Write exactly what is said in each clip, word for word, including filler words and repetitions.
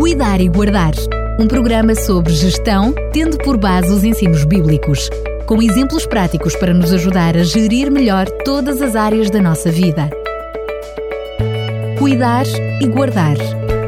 Cuidar e Guardar, um programa sobre gestão, tendo por base os ensinos bíblicos, com exemplos práticos para nos ajudar a gerir melhor todas as áreas da nossa vida. Cuidar e Guardar.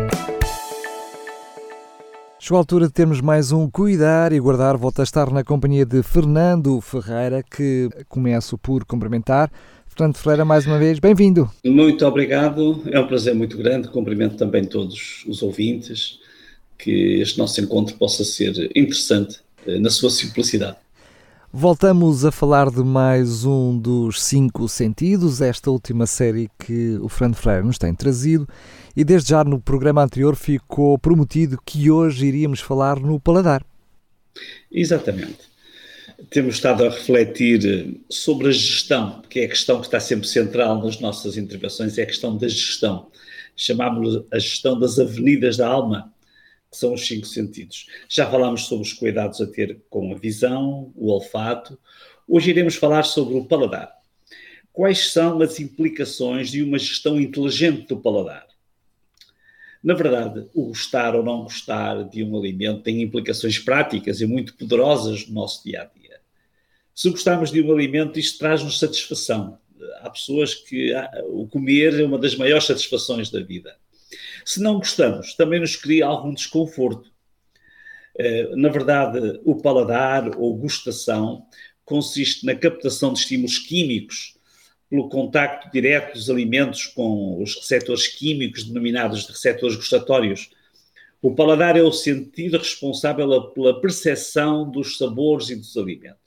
Chegou a altura de termos mais um Cuidar e Guardar. Volto a estar na companhia de Fernando Ferreira, que começo por cumprimentar. Fernando Ferreira, mais uma vez, bem-vindo. Muito obrigado, é um prazer muito grande. Cumprimento também todos os ouvintes, que este nosso encontro possa ser interessante na sua simplicidade. Voltamos a falar de mais um dos cinco sentidos, esta última série que o Fernando Ferreira nos tem trazido, e desde já no programa anterior ficou prometido que hoje iríamos falar no paladar. Exatamente. Temos estado a refletir sobre a gestão, que é a questão que está sempre central nas nossas intervenções, é a questão da gestão. Chamámos-lhe a gestão das avenidas da alma, que são os cinco sentidos. Já falámos sobre os cuidados a ter com a visão, o olfato. Hoje iremos falar sobre o paladar. Quais são as implicações de uma gestão inteligente do paladar? Na verdade, o gostar ou não gostar de um alimento tem implicações práticas e muito poderosas no nosso dia-a-dia. Se gostarmos de um alimento, isto traz-nos satisfação. Há pessoas que o comer é uma das maiores satisfações da vida. Se não gostamos, também nos cria algum desconforto. Na verdade, o paladar ou gustação consiste na captação de estímulos químicos pelo contacto direto dos alimentos com os receptores químicos denominados de receptores gustatórios. O paladar é o sentido responsável pela percepção dos sabores e dos alimentos.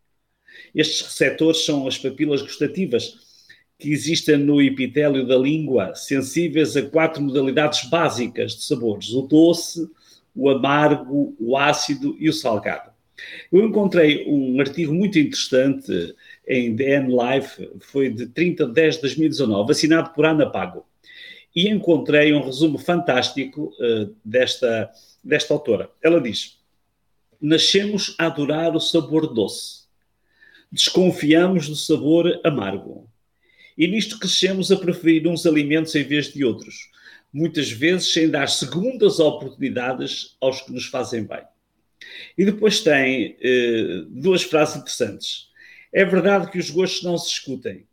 Estes receptores são as papilas gustativas que existem no epitélio da língua, sensíveis a quatro modalidades básicas de sabores: o doce, o amargo, o ácido e o salgado. Eu encontrei um artigo muito interessante em D N Life, foi de trinta de dez de dois mil e dezanove, assinado por Ana Pago, e encontrei um resumo fantástico uh, desta, desta autora. Ela diz: nascemos a adorar o sabor doce, desconfiamos do sabor amargo, e nisto crescemos a preferir uns alimentos em vez de outros, muitas vezes sem dar segundas oportunidades aos que nos fazem bem. E depois tem eh, duas frases interessantes. É verdade que os gostos não se discutem,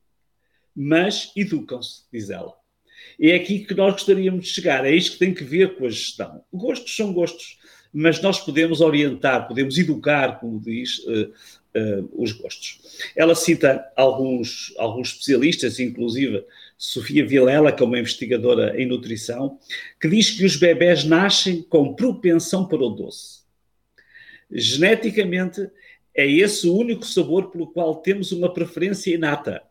mas educam-se, diz ela. E é aqui que nós gostaríamos de chegar. É isto que tem que ver com a gestão. Gostos são gostos, mas nós podemos orientar, podemos educar, como diz, uh, uh, os gostos. Ela cita alguns, alguns especialistas, inclusive Sofia Vilela, que é uma investigadora em nutrição, que diz que os bebés nascem com propensão para o doce. Geneticamente, é esse o único sabor pelo qual temos uma preferência inata.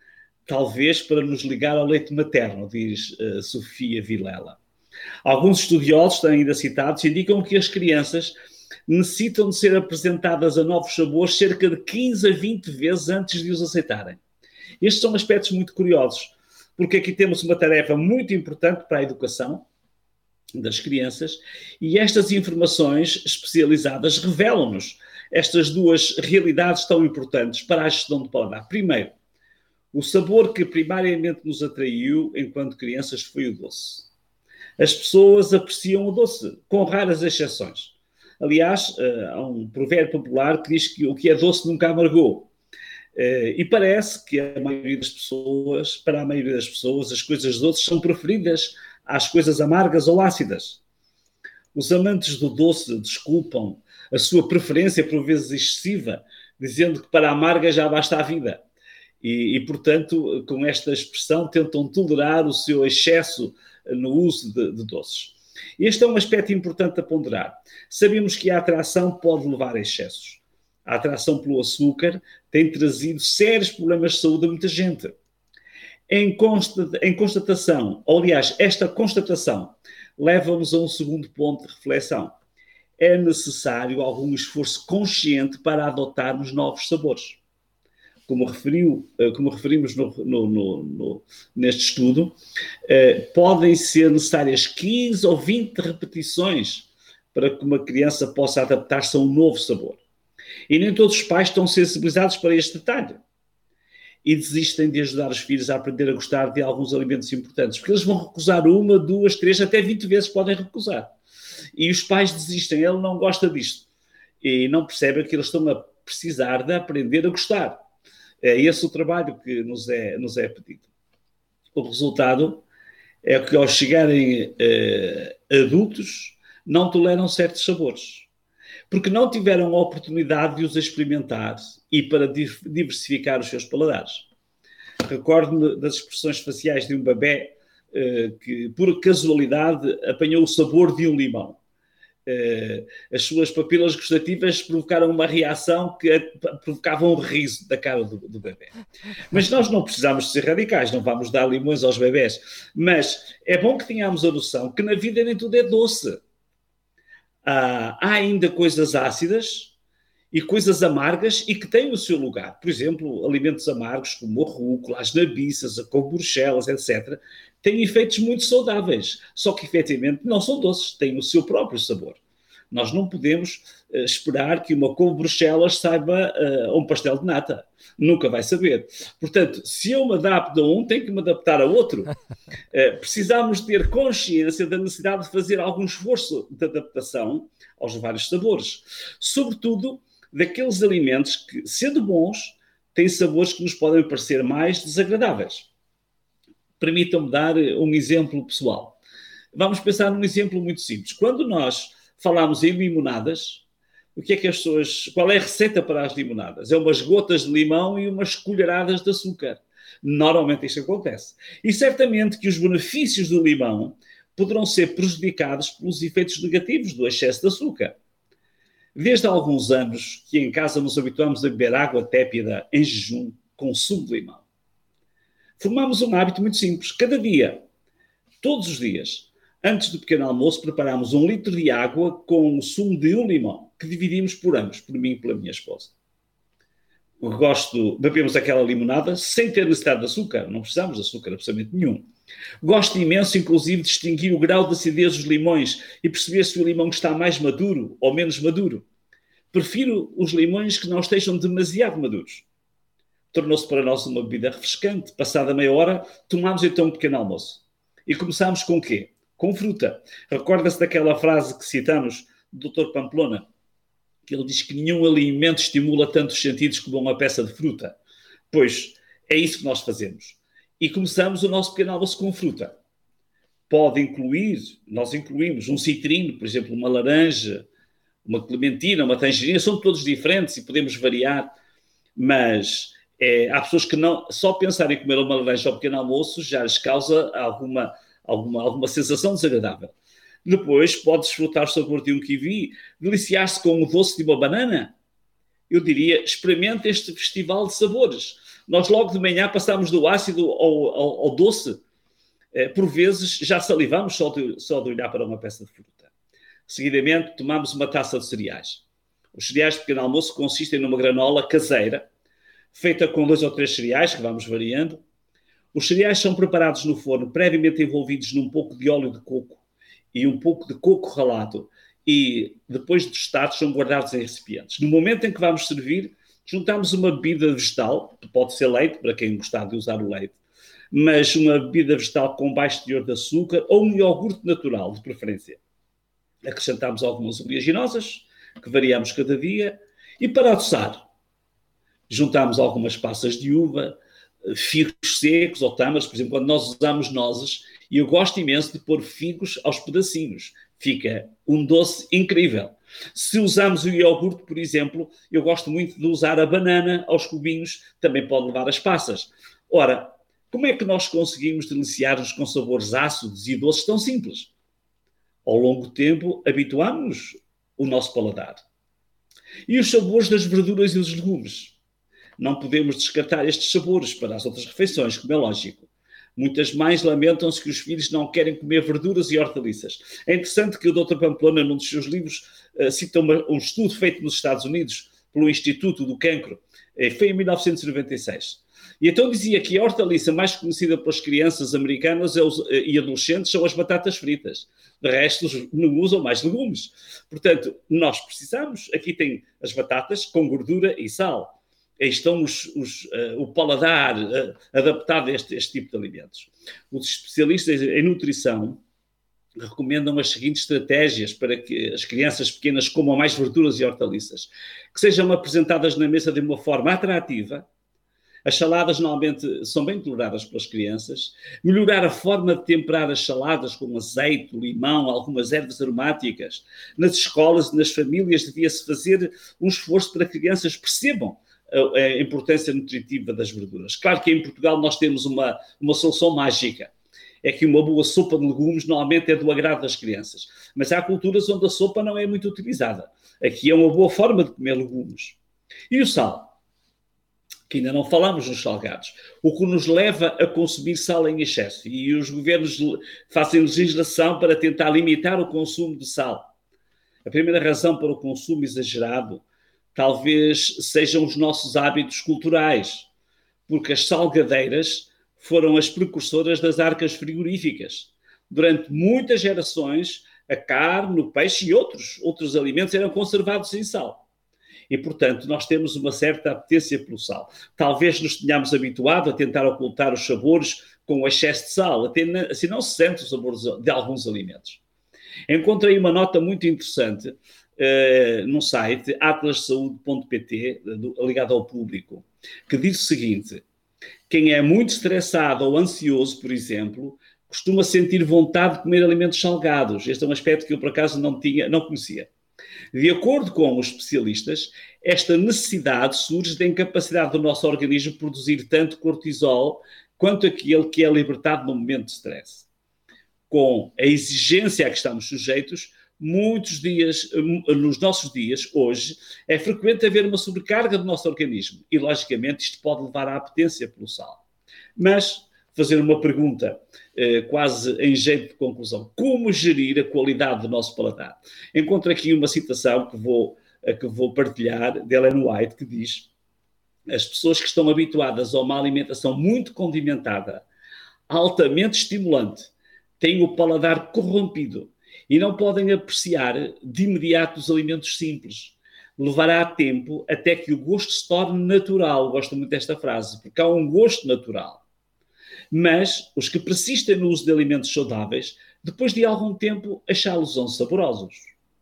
Talvez para nos ligar ao leite materno, diz uh, Sofia Vilela. Alguns estudiosos, ainda citados, indicam que as crianças necessitam de ser apresentadas a novos sabores cerca de quinze a vinte vezes antes de os aceitarem. Estes são aspectos muito curiosos, porque aqui temos uma tarefa muito importante para a educação das crianças, e estas informações especializadas revelam-nos estas duas realidades tão importantes para a gestão do paladar. Primeiro, o sabor que primariamente nos atraiu enquanto crianças foi o doce. As pessoas apreciam o doce, com raras exceções. Aliás, há um provérbio popular que diz que o que é doce nunca amargou. E parece que a maioria das pessoas, para a maioria das pessoas, as coisas doces são preferidas às coisas amargas ou ácidas. Os amantes do doce desculpam a sua preferência, por vezes excessiva, dizendo que para a amarga já basta a vida. E, e, portanto, com esta expressão, tentam tolerar o seu excesso no uso de, de doces. Este é um aspecto importante a ponderar. Sabemos que a atração pode levar a excessos. A atração pelo açúcar tem trazido sérios problemas de saúde a muita gente. Em, consta, em constatação, ou aliás, esta constatação leva-nos a um segundo ponto de reflexão. É necessário algum esforço consciente para adotarmos novos sabores. Como, referiu, como referimos no, no, no, no, neste estudo, eh, podem ser necessárias quinze ou vinte repetições para que uma criança possa adaptar-se a um novo sabor. E nem todos os pais estão sensibilizados para este detalhe. E desistem de ajudar os filhos a aprender a gostar de alguns alimentos importantes, porque eles vão recusar uma, duas, três, até vinte vezes podem recusar. e os pais desistem, ele não gosta disto. E não percebem que eles estão a precisar de aprender a gostar. É esse o trabalho que nos é, nos é pedido. O resultado é que, ao chegarem eh, adultos, não toleram certos sabores, porque não tiveram a oportunidade de os experimentar e para diversificar os seus paladares. Recordo-me das expressões faciais de um bebé eh, que, por casualidade, apanhou o sabor de um limão. Uh, as suas papilas gustativas provocaram uma reação que provocava um riso da cara do, do bebê. Mas nós não precisamos de ser radicais, não vamos dar limões aos bebés, mas é bom que tenhamos a noção que na vida nem tudo é doce. Ah, há ainda coisas ácidas e coisas amargas e que têm o seu lugar. Por exemplo, alimentos amargos como a rúcula, as nabiças, a couve-bruxelas, etcétera, têm efeitos muito saudáveis, só que efetivamente não são doces, têm o seu próprio sabor. Nós não podemos uh, esperar que uma couve-bruxelas saiba uh, um pastel de nata. Nunca vai saber. Portanto, se eu me adapto a um, tenho que me adaptar a outro. Uh, precisamos ter consciência da necessidade de fazer algum esforço de adaptação aos vários sabores. Sobretudo daqueles alimentos que, sendo bons, têm sabores que nos podem parecer mais desagradáveis. Permitam-me dar um exemplo pessoal. Vamos pensar num exemplo muito simples. Quando nós falamos em limonadas, o que é que as pessoas... Qual é a receita para as limonadas? É umas gotas de limão e umas colheradas de açúcar. Normalmente isto acontece. E certamente que os benefícios do limão poderão ser prejudicados pelos efeitos negativos do excesso de açúcar. Desde há alguns anos que em casa nos habituamos a beber água tépida em jejum com sumo de limão. Formamos um hábito muito simples. Cada dia, todos os dias, antes do pequeno almoço, preparamos um litro de água com o sumo de um limão, que dividimos por ambos, por mim e pela minha esposa. Eu gosto, bebemos aquela limonada sem ter necessidade de açúcar, não precisamos de açúcar absolutamente nenhum. Gosto imenso, inclusive, de distinguir o grau de acidez dos limões e perceber se o limão está mais maduro ou menos maduro. Prefiro os limões que não estejam demasiado maduros. Tornou-se para nós uma bebida refrescante. Passada meia hora, tomámos então um pequeno almoço. E começámos com o quê? Com fruta. Recorda-se daquela frase que citamos do doutor Pamplona, que ele diz que nenhum alimento estimula tanto os sentidos como uma peça de fruta. Pois, é isso que nós fazemos. E começamos o nosso pequeno almoço com fruta. Pode incluir, nós incluímos um citrino, por exemplo, uma laranja, uma clementina, uma tangerina, são todos diferentes e podemos variar, mas é, há pessoas que não, só pensarem em comer uma laranja ao pequeno almoço já lhes causa alguma, alguma, alguma sensação desagradável. Depois pode desfrutar o sabor de um kiwi, deliciar-se com o doce de uma banana. Eu diria, experimente este festival de sabores. Nós logo de manhã passamos do ácido ao, ao, ao doce. Eh, por vezes já salivamos só de, só de olhar para uma peça de fruta. Seguidamente tomamos uma taça de cereais. Os cereais de pequeno almoço consistem numa granola caseira, feita com dois ou três cereais, que vamos variando. Os cereais são preparados no forno, previamente envolvidos num pouco de óleo de coco e um pouco de coco ralado, e depois de tostados são guardados em recipientes. No momento em que vamos servir, juntamos uma bebida vegetal, que pode ser leite, para quem gostar de usar o leite, mas uma bebida vegetal com baixo teor de açúcar ou um iogurte natural, de preferência. Acrescentamos algumas oleaginosas, que variamos cada dia, e para adoçar, juntamos algumas passas de uva, figos secos ou tâmaras, por exemplo, quando nós usamos nozes, e eu gosto imenso de pôr figos aos pedacinhos. Fica um doce incrível. Se usamos o iogurte, por exemplo, eu gosto muito de usar a banana aos cubinhos, também pode levar as passas. Ora, como é que nós conseguimos deliciar-nos com sabores ácidos e doces tão simples? Ao longo do tempo, habituámos-nos o nosso paladar. E os sabores das verduras e dos legumes? Não podemos descartar estes sabores para as outras refeições, como é lógico. Muitas mães lamentam-se que os filhos não querem comer verduras e hortaliças. É interessante que o doutor Pamplona, num dos seus livros, uh, cita uma, um estudo feito nos Estados Unidos pelo Instituto do Cancro. Uh, foi em mil novecentos e noventa e seis. E então dizia que a hortaliça mais conhecida pelas crianças americanas é os, uh, e adolescentes são as batatas fritas. De resto, não usam mais legumes. Portanto, nós precisamos... Aqui tem as batatas com gordura e sal. Aí estão os, os, uh, o paladar uh, adaptado a este, este tipo de alimentos. Os especialistas em nutrição recomendam as seguintes estratégias para que as crianças pequenas comam mais verduras e hortaliças, que sejam apresentadas na mesa de uma forma atrativa. As saladas normalmente são bem toleradas pelas crianças. Melhorar a forma de temperar as saladas com azeite, limão, algumas ervas aromáticas. Nas escolas e nas famílias devia-se fazer um esforço para que crianças percebam a, a importância nutritiva das verduras. Claro que em Portugal nós temos uma, uma solução mágica. É que uma boa sopa de legumes normalmente é do agrado das crianças. Mas há culturas onde a sopa não é muito utilizada. Aqui é uma boa forma de comer legumes. E o sal? Que ainda não falamos nos salgados. O que nos leva a consumir sal em excesso. E os governos fazem legislação para tentar limitar o consumo de sal. A primeira razão para o consumo exagerado talvez sejam os nossos hábitos culturais. Porque as salgadeiras foram as precursoras das arcas frigoríficas. Durante muitas gerações, a carne, o peixe e outros, outros alimentos eram conservados sem sal. E, portanto, nós temos uma certa apetência pelo sal. Talvez nos tenhamos habituado a tentar ocultar os sabores com o excesso de sal, até assim não se sente o sabor de alguns alimentos. Encontrei uma nota muito interessante uh, num site, atlas saúde ponto pt, ligado ao público, que diz o seguinte: quem é muito estressado ou ansioso, por exemplo, costuma sentir vontade de comer alimentos salgados. Este é um aspecto que eu, por acaso, não tinha, não conhecia. De acordo com os especialistas, esta necessidade surge da incapacidade do nosso organismo produzir tanto cortisol quanto aquele que é libertado no momento de stress. Com a exigência a que estamos sujeitos, muitos dias, nos nossos dias, hoje, é frequente haver uma sobrecarga do nosso organismo e, logicamente, isto pode levar à apetência pelo sal. Mas, fazer uma pergunta eh, quase em jeito de conclusão: como gerir a qualidade do nosso paladar? Encontro aqui uma citação que vou, que vou partilhar, de Ellen White, que diz: as pessoas que estão habituadas a uma alimentação muito condimentada, altamente estimulante, têm o paladar corrompido e não podem apreciar de imediato os alimentos simples. Levará tempo até que o gosto se torne natural. Gosto muito desta frase, porque há um gosto natural. Mas os que persistem no uso de alimentos saudáveis, depois de algum tempo, achá-los são saborosos.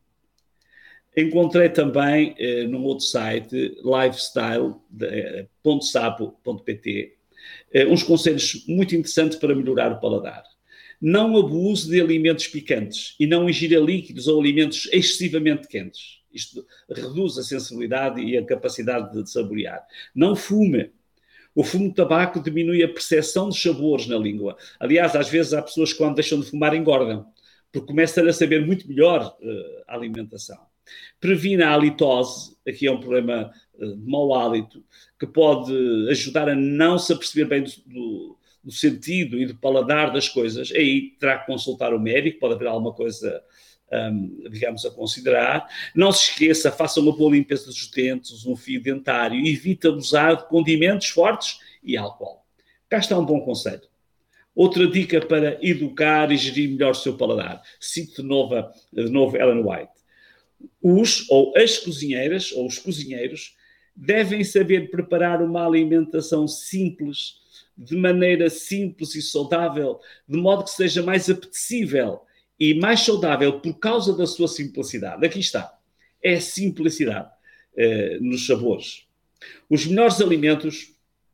Encontrei também, eh, num outro site, lifestyle ponto sapo ponto pt, eh, uns conselhos muito interessantes para melhorar o paladar. Não abuse de alimentos picantes e não ingira líquidos ou alimentos excessivamente quentes. Isto reduz a sensibilidade e a capacidade de saborear. Não fume. O fumo de tabaco diminui a percepção dos sabores na língua. Aliás, às vezes há pessoas que quando deixam de fumar engordam, porque começam a saber muito melhor uh, a alimentação. Previna a halitose, aqui é um problema uh, de mau hálito, que pode ajudar a não se aperceber bem do, do do sentido e do paladar das coisas. Aí terá que consultar o médico, pode haver alguma coisa, um, digamos, a considerar. Não se esqueça, faça uma boa limpeza dos dentes, um fio dentário, e evite abusar de condimentos fortes e álcool. Cá está um bom conselho. Outra dica para educar e gerir melhor o seu paladar. Cito de novo, de novo Ellen White. Os ou as cozinheiras ou os cozinheiros devem saber preparar uma alimentação simples, de maneira simples e saudável, de modo que seja mais apetecível e mais saudável por causa da sua simplicidade. Aqui está. É a simplicidade eh, nos sabores. Os melhores alimentos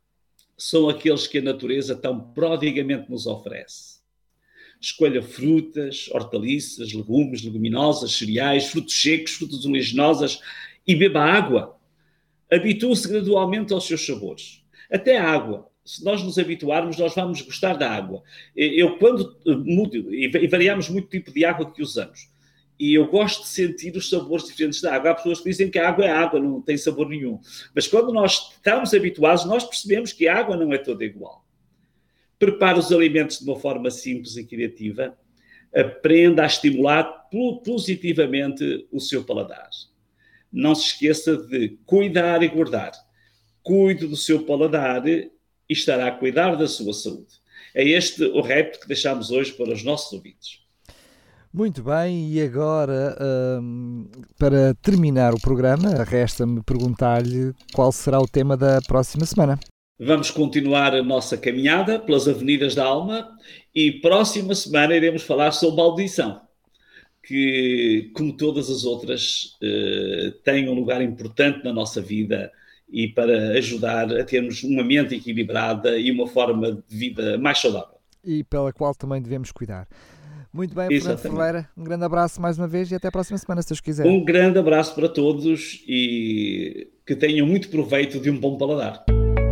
são aqueles que a natureza tão prodigamente nos oferece. Escolha frutas, hortaliças, legumes, leguminosas, cereais, frutos secos, frutas oleaginosas e beba água. Habitue-se gradualmente aos seus sabores. Até a água. Se nós nos habituarmos, nós vamos gostar da água. Eu, quando mudo, e variamos muito o tipo de água que usamos, e eu gosto de sentir os sabores diferentes da água. Há pessoas que dizem que a água é água, não tem sabor nenhum. Mas quando nós estamos habituados, nós percebemos que a água não é toda igual. Prepare os alimentos de uma forma simples e criativa. Aprenda a estimular positivamente o seu paladar. Não se esqueça de cuidar e guardar. Cuide do seu paladar e estará a cuidar da sua saúde. É este o repto que deixamos hoje para os nossos ouvintes. Muito bem, e agora, um, para terminar o programa, resta-me perguntar-lhe qual será o tema da próxima semana. Vamos continuar a nossa caminhada pelas avenidas da alma e próxima semana iremos falar sobre a audição, que, como todas as outras, eh, tem um lugar importante na nossa vida e para ajudar a termos uma mente equilibrada e uma forma de vida mais saudável. E pela qual também devemos cuidar. Muito bem, Fernando Ferreira, um grande abraço mais uma vez e até a próxima semana, se Deus quiser. Um grande abraço para todos e que tenham muito proveito de um bom paladar.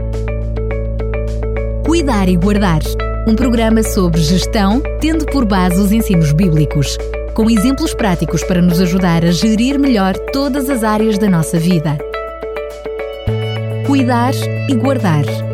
Cuidar e Guardar, um programa sobre gestão, tendo por base os ensinos bíblicos, com exemplos práticos para nos ajudar a gerir melhor todas as áreas da nossa vida. Cuidar e Guardar.